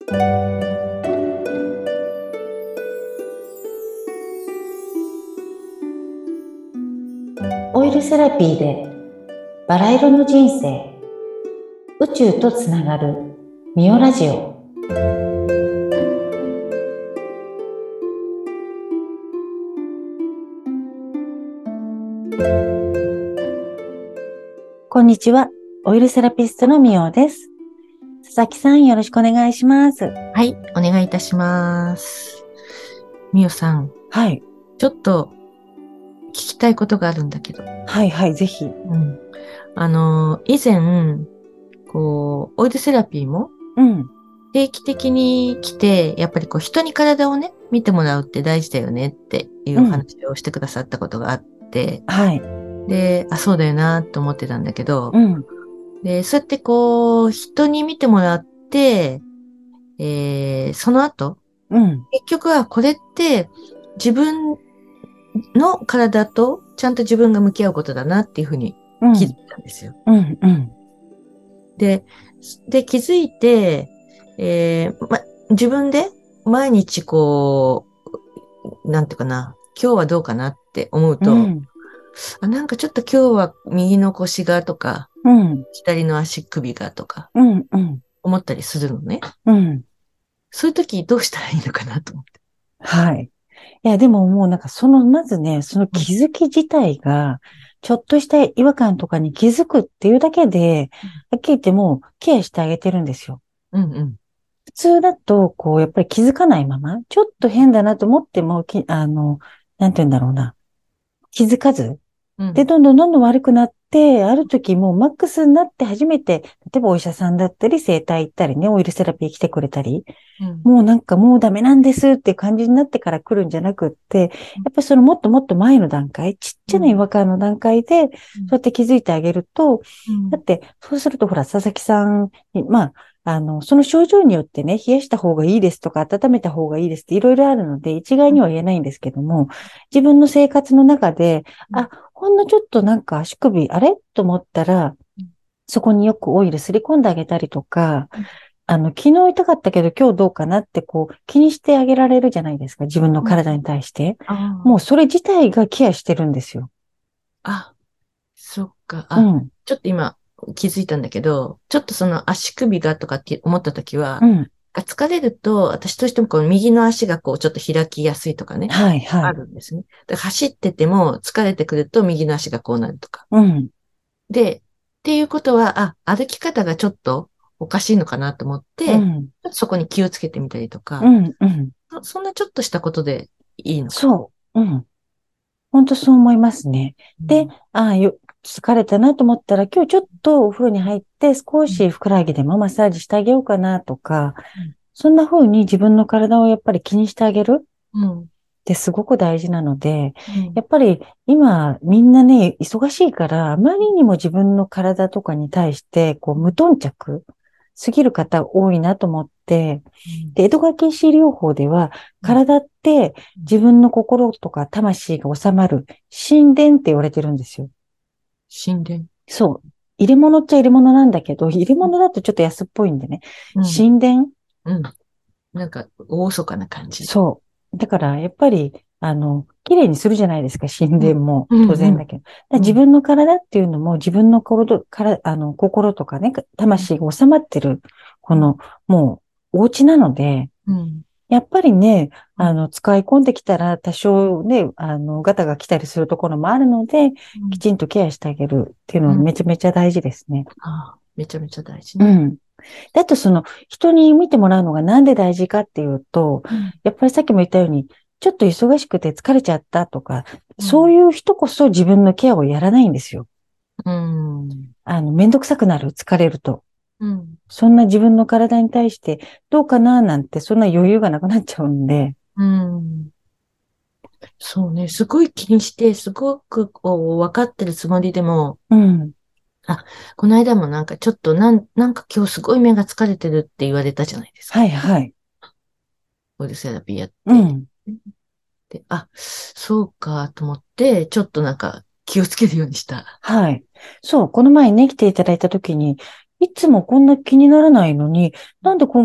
オイルセラピーでバラ色の人生、宇宙とつながるミオラジオ。こんにちは、オイルセラピストのミオです。佐々木さん、よろしくお願いします。 はい、お願いいたします。みおさん、 はい。 ちょっと聞きたいことがあるんだけど。 はいはい、ぜひ。 うん。以前、オイルセラピーもうん。 定期的に来て、やっぱり人に体をね、見てもらうって大事だよねっていううん。 話をしてくださったことがあって、 はい。 で、あ、そうだよなと思ってたんだけど、 うん。 で、そうやって人に見てもらって、その後、 うん。 結局はこれって自分の体とちゃんと自分が向き合うことだなっていうふうに気づいうん。 たんですよ。 うん。うん。 で、気づいて、自分で毎日なんていうかな、今日はどうかなって思うと、 うん。 あ、なんかちょっと今日は右の腰がとか、 うん。 左の足首がとかうん。うん。 思ったりするのね。 うん。 そういう時どうしたらいいのかなと思って。 はい。いや、でももうなんかまずね、そのうん、 気づき自体が、ちょっとした違和感とかに気づくっていうだけで、はっきり言ってもうケアしてあげてるんですよ。 うん、うん、 普通だと、やっぱり気づかないまま、ちょっと変だなと思っても、なんて言うんだろうな、気づかず、で、 うん、 どんどんどんどん悪くなって、ある時もうマックスになって初めて、例えばお医者さんだったり、整体行ったりね、オイルセラピー来てくれたり、 うん、 もうなんかもうダメなんですって感じになってから来るんじゃなくって、やっぱりそのもっともっと前の段階、ちっちゃな違うん、 和感の段階で、そううん、 やって気づいてあげると、 うん、 だって、そうするとほら、佐々木さんに、その症状によってね、冷やした方がいいですとか、温めた方がいいですっていろいろあるので、一概には言えないんですけども、自分の生活の中で、あ、ほんのちょっとなんか足首、あれと思ったら、そこによくオイルすり込んであげたりとか、昨日痛かったけど今日どうかなって気にしてあげられるじゃないですか。自分のうん、 体に対して。 ああ、 もうそれ自体がケアしてるんですよ。 あ、そっか。あ、 うん、 ちょっと今気づいたんだけど、ちょっとその足首がとかって思ったときは、 うん。 疲れると、私としても右の足がちょっと開きやすいとかね、 はい、はあい。 るんですね。で走ってても疲れてくると右の足がこうなるとか。 うん、 で、っていうことは、あ、歩き方がちょっとおかしいのかなと思って、ちうん、 ょっとそこに気をつけてみたりとか、 うん、うん。 そんなちょっとしたことでいいのか。 そう。うん。本当そう思いますね。で、 うん、 疲れたなと思ったら、今日ちょっとお風呂に入って少うん、 しふくらはぎでもマッサージしてあげようかなとか、 うん、 そんな風に自分の体をやっぱり気にしてあげるうん、 ってすごく大事なので、 うん、 やっぱり今みんなね、忙しいから、あまりにも自分の体とかに対して、無頓着すぎる方多いなと思って、 うん、 で、江戸川石療法では、 うん、 体って自分の心とか魂が収まる神殿って言われてるんですよ。 神殿。 そう。入れ物っちゃ入れ物なんだけど、入れ物だとちょっと安っぽいんでね。 うん、 神殿うん。なんか、厳かな感じ。 そう。だから、やっぱり、綺麗にするじゃないですか、神うん、 殿も。 うん、うん、 当然だけど。だからうん、 自分の体っていうのも、自分の心とかね、魂が収まってる、こうん、 の、もう、お家なので、 うん、 やっぱりね、 うん、 使い込んできたら、多少ね、ガタが来たりするところもあるので、きちんとケアしてあげるっていうのはうん。 めちゃめちゃ大事ですね。 ああ、めちゃめちゃ大事ね。 うん。で、あと人に見てもらうのがなんで大事かっていうと、 うん、 やっぱりさっきも言ったように、ちょっと忙しくて疲れちゃったとか、 うん、 そういう人こそ自分のケアをやらないんですよ。 うん、 めんどくさくなる、疲れると。 うん、 そんな自分の体に対して、どうかななんて、そんな余裕がなくなっちゃうんで。 うん。そうね。すごい気にして、すごく分かってるつもりでも、 うん。 あ、この間もなんかちょっとなんか今日すごい目が疲れてるって言われたじゃないですか。 はいはい。 オイルセラピーやって。 うん。 で、あ、そうかと思って、ちょっとなんか気をつけるようにした。 はい。そう、この前ね、来ていただいたときに、いつもこんな気にならないのに、なんで今回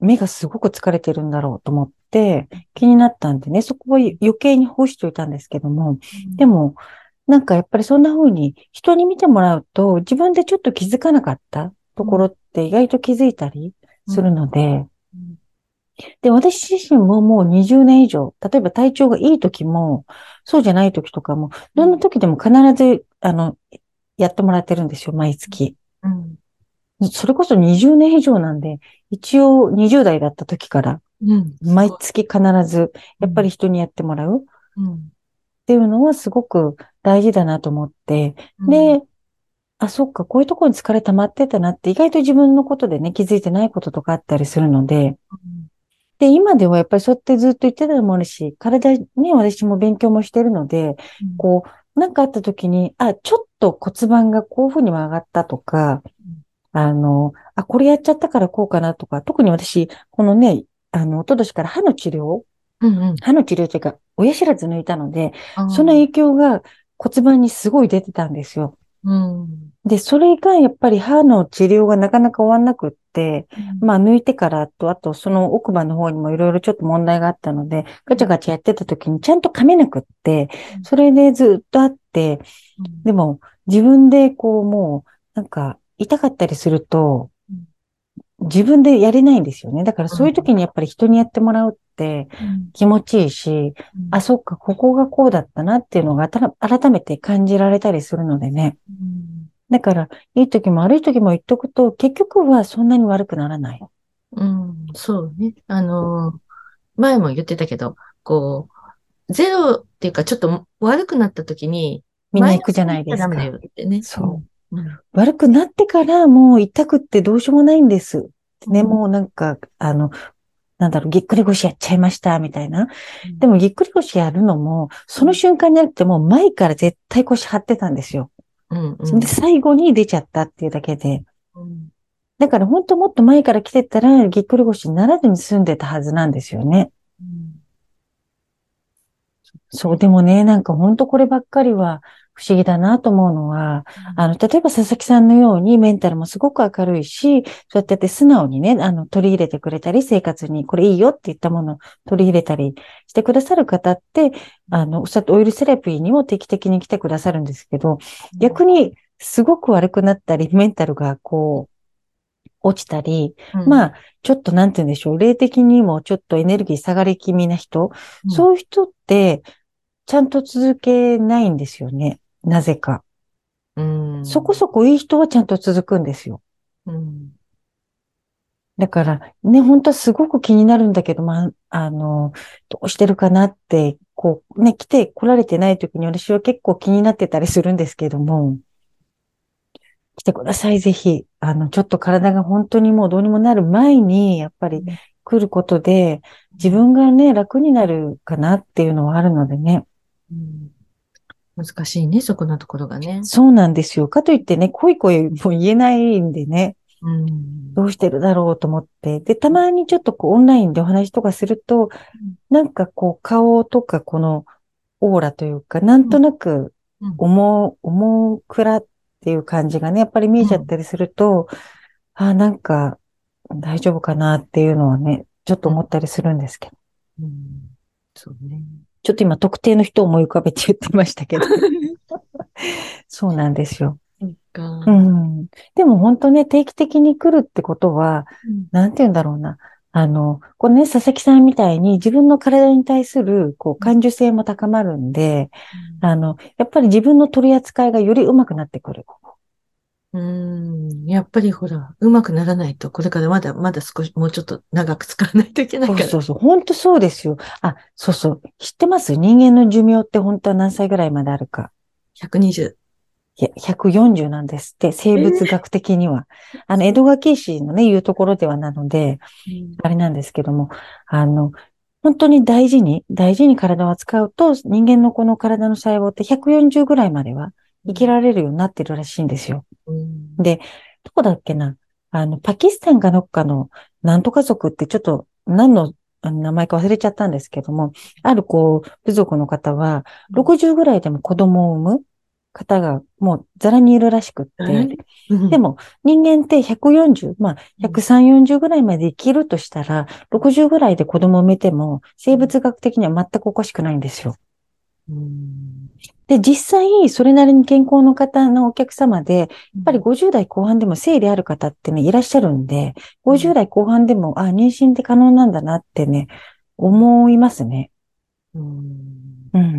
目がすごく疲れてるんだろうと思って気になったんでね、そこは余計に干しておいたんですけども、でも、なんかやっぱりそんな風に人に見てもらうと自分でちょっと気づかなかったところって意外と気づいたりするので、で、私自身ももう20年以上、例えば体調がいい時も、そうじゃない時とかも、どんな時でも必ず、やってもらってるんですよ、毎月。それこそ20年以上なんで、一応20代だった時から、毎月必ず、やっぱり人にやってもらうっていうのはすごく大事だなと思って、で、あ、そっか、こういうところに疲れ溜まってたなって、意外と自分のことでね、気づいてないこととかあったりするので、で、今ではやっぱりそうやってずっと言ってたのもあるし、体ね、私も勉強もしてるので、こう、なんかあった時に、あ、ちょっと骨盤がこういうふうに曲がったとか、これやっちゃったからこうかなとか、特に私、このね、一昨年から歯の治療というか、親知らず抜いたので、その影響が骨盤にすごい出てたんですよ。で、それがやっぱり歯の治療がなかなか終わんなくって、まあ抜いてからと、あとその奥歯の方にもいろいろちょっと問題があったので、ガチャガチャやってた時にちゃんと噛めなくって、それでずっとあって、でも自分でこうもう、なんか痛かったりすると、自分でやれないんですよね。だからそういう時にやっぱり人にやってもらうって気持ちいいし、あ、そっか、ここがこうだったなっていうのが改めて感じられたりするのでね。だから、いい時も悪い時も言っとくと、結局はそんなに悪くならない。 そうね。前も言ってたけど、こゼロっていうか、ちょっと悪くなった時に、 みんな行くじゃないマイナスに行っちゃダメだですか。 よってね。 そう。悪くなってからもう痛くってどうしようもないんです。ね、もうなんか、なんだろう、ぎっくり腰やっちゃいました、みたいな。でもぎっくり腰やるのも、その瞬間になってもう前から絶対腰張ってたんですよ。で、最後に出ちゃったっていうだけで。だから本当もっと前から来てたら、ぎっくり腰にならずに済んでたはずなんですよね。そう、でもね、なんか本当こればっかりは不思議だなと思うのは、例えば佐々木さんのようにメンタルもすごく明るいし、そうやって素直にね、取り入れてくれたり、生活にこれいいよって言ったものを取り入れたりしてくださる方って、おっしゃってオイルセラピーにも定期的に来てくださるんですけど、逆にすごく悪くなったり、メンタルがこう、落ちたり、まあ、ちょっとなんて言うんでしょう、霊的にもちょっとエネルギー下がり気味な人、そういう人って、ちゃんと続けないんですよね。なぜか。そこそこいい人はちゃんと続くんですよ。だからね、本当はすごく気になるんだけど、まあ、どうしてるかなって、こうね、来られてない時に私は結構気になってたりするんですけども、来てください、ぜひ。ちょっと体が本当にもうどうにもなる前に、やっぱり来ることで、自分がね、楽になるかなっていうのはあるのでね。 難しいね、そこのところがね。 そうなんですよ。かといってね、恋恋も言えないんでね。どうしてるだろうと思って。で、たまにちょっとこうオンラインでお話とかすると、なんかこう顔とかこのオーラというか、なんとなく重くらっていう感じがね、やっぱり見えちゃったりすると、なんか大丈夫かなっていうのはね、ちょっと思ったりするんですけど。 そうね。 ちょっと今特定の人を思い浮かべて言ってましたけど。そうなんですよ。うん。でも本当ね、定期的に来るってことは、なんて言うんだろうな。これね、佐々木さんみたいに自分の体に対する、こう、感受性も高まるんで、やっぱり自分の取り扱いがより上手くなってくる。 やっぱりほら、上手くならないと、これからまだまだ少し、もうちょっと長く使わないといけないから。 そうそうそう。本当そうですよ。あ、そうそう。知ってます？人間の寿命って本当は何歳ぐらいまであるか。 120。 いや、140なんですって、生物学的には。江戸川慶史のね、言うところではなので、あれなんですけども、本当に大事に体を扱うと、人間のこの体の細胞って140ぐらいまでは生きられるようになってるらしいんですよ。で、どこだっけな、パキスタンかどっかのなんとか族ってちょっと何の名前か忘れちゃったんですけども、あるこう、部族の方は、60ぐらいでも子供を産む。 方がもうザラにいるらしくって、でも人間って140、まあ130、40ぐらいまで生きるとしたら、60ぐらいで子供を産めても、生物学的には全くおかしくないんですよ。で、実際、それなりに健康の方のお客様で、やっぱり50代後半でも生理ある方ってね、いらっしゃるんで、50代後半でも、妊娠って可能なんだなってね、思いますね。うん。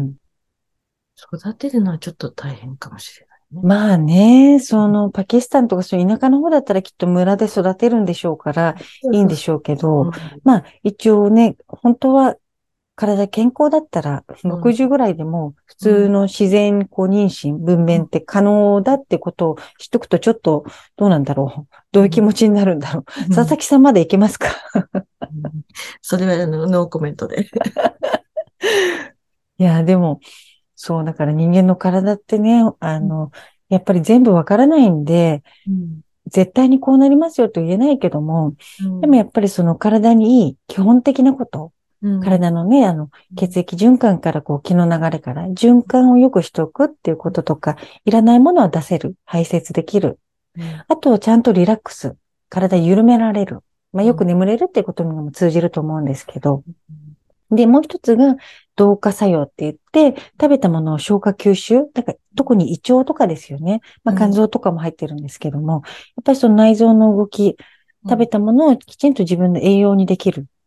育てるのはちょっと大変かもしれないね。 まあね、パキスタンとかそういう田舎の方だったらきっと村で育てるんでしょうから、いいんでしょうけど、まあ一応ね、本当は体健康だったら、60ぐらいでも普通の自然妊娠、分娩って可能だってことを知っとくとちょっとどうなんだろう。どういう気持ちになるんだろう。佐々木さんまでいけますか？ それはノーコメントで。 いや、でも、そう、だから人間の体ってね、やっぱり全部わからないんで、絶対にこうなりますよと言えないけども、でもやっぱりその体にいい基本的なこと、体のね、血液循環から気の流れから循環を良くしておくっていうこととか、いらないものは出せる、排泄できる。あとはちゃんとリラックス、体緩められる。まあよく眠れるっていうことにも通じると思うんですけど。で、もう一つが、同化作用って言って、食べたものを消化吸収。だから、特に胃腸とかですよね。まあ、肝臓とかも入ってるんですけども、やっぱりその内臓の動き、食べたものをきちんと自分の栄養にできる。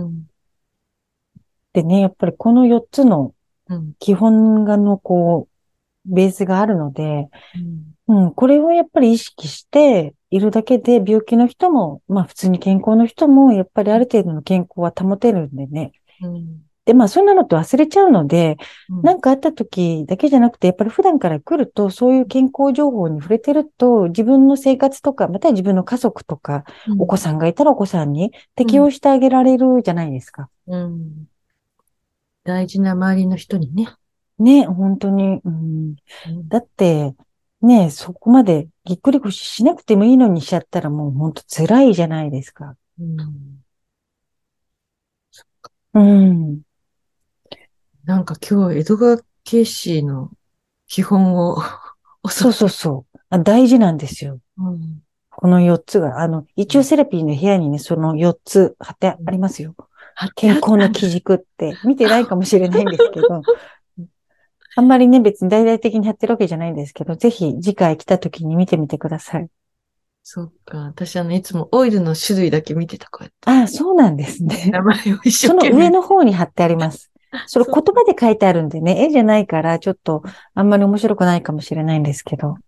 でね、やっぱりこの4つの基本ベースがあるので、これをやっぱり意識しているだけで、病気の人も、まあ普通に健康の人も、やっぱりある程度の健康は保てるんでね。で、まあそんなのって忘れちゃうので、なんかあった時だけじゃなくて、やっぱり普段から来ると、そういう健康情報に触れてると、自分の生活とか、または自分の家族とか、お子さんがいたらお子さんに適応してあげられるじゃないですか。 大事な周りの人にね。 ね、本当に。だって、ね、そこまでぎっくり腰しなくてもいいのにしちゃったらもう本当辛いじゃないですか。 なんか今日、江戸川慶子の基本をそうそうそう。大事なんですよ。この4つが、胃腸セラピーの部屋にね、その4つ貼ってありますよ。健康の基軸って見てないかもしれないんですけど、あんまりね、別に大々的に貼ってるわけじゃないんですけど、ぜひ次回来た時に見てみてください。 そっか。私いつもオイルの種類だけ見てた、こうやって。 ああ、そうなんですね。 名前を一生その懸命。 上の方に貼ってあります。それ言葉で書いてあるんでね、絵じゃないから、ちょっとあんまり面白くないかもしれないんですけど。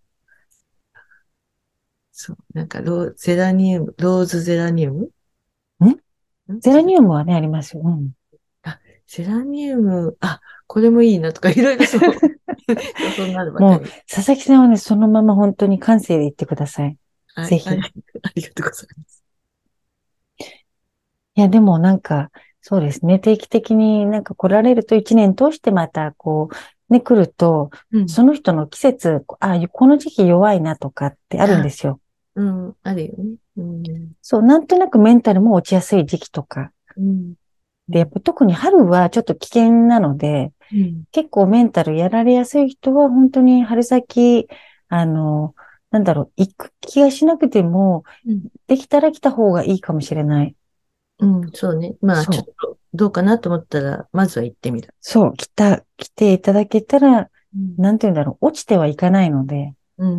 そう。なんかローズゼラニウムゼラニウムはね、ありますよ。 ゼラニウム、これもいいなとか、いろいろそう。そうなるばかもうり。 佐々木さんはね、そのまま本当に感性で言ってください。ぜひ。 ありがとうございます。 いや、でもなんか、そうですね。定期的になんか来られると一年通してまたね、来ると、その人の季節、この時期弱いなとかってあるんですよ。 あるよね。 そう、なんとなくメンタルも落ちやすい時期とか。で、やっぱ特に春はちょっと危険なので、結構メンタルやられやすい人は本当に春先、行く気がしなくても、できたら来た方がいいかもしれない。 そうね。まあ、ちょっとどうかなと思ったら、まずは行ってみる。 そう、来ていただけたら、なんて言うんだろう、落ちてはいかないので、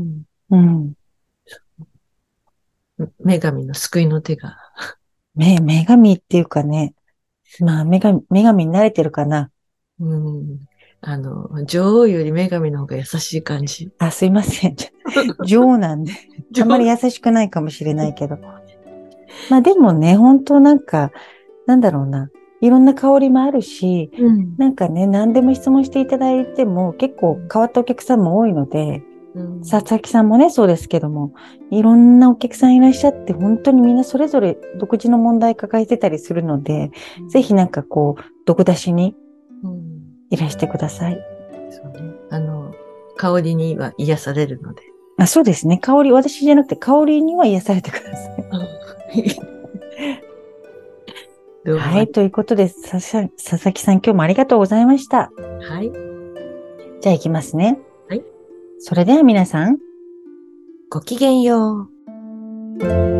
女神の救いの手が。 女神っていうかね、まあ、女神に慣れてるかな。 女王より女神の方が優しい感じ。 すいません。女王なんで、あんまり優しくないかもしれないけど。まあでもね、本当なんか、なんだろうな。いろんな香りもあるし、なんかね、何でも質問していただいても結構変わったお客さんも多いので、佐々木さんもね、そうですけども、いろんなお客さんいらっしゃって、本当にみんなそれぞれ独自の問題抱えてたりするので、ぜひなんか毒出しにいらしてください。 そうね。香りには癒されるので。 そうですね。私じゃなくて香りには癒されてください。はい、ということで、佐々木さん今日もありがとうございました。 はい。 じゃあ行きますね。 はい。 それでは皆さん、 ごきげんよう。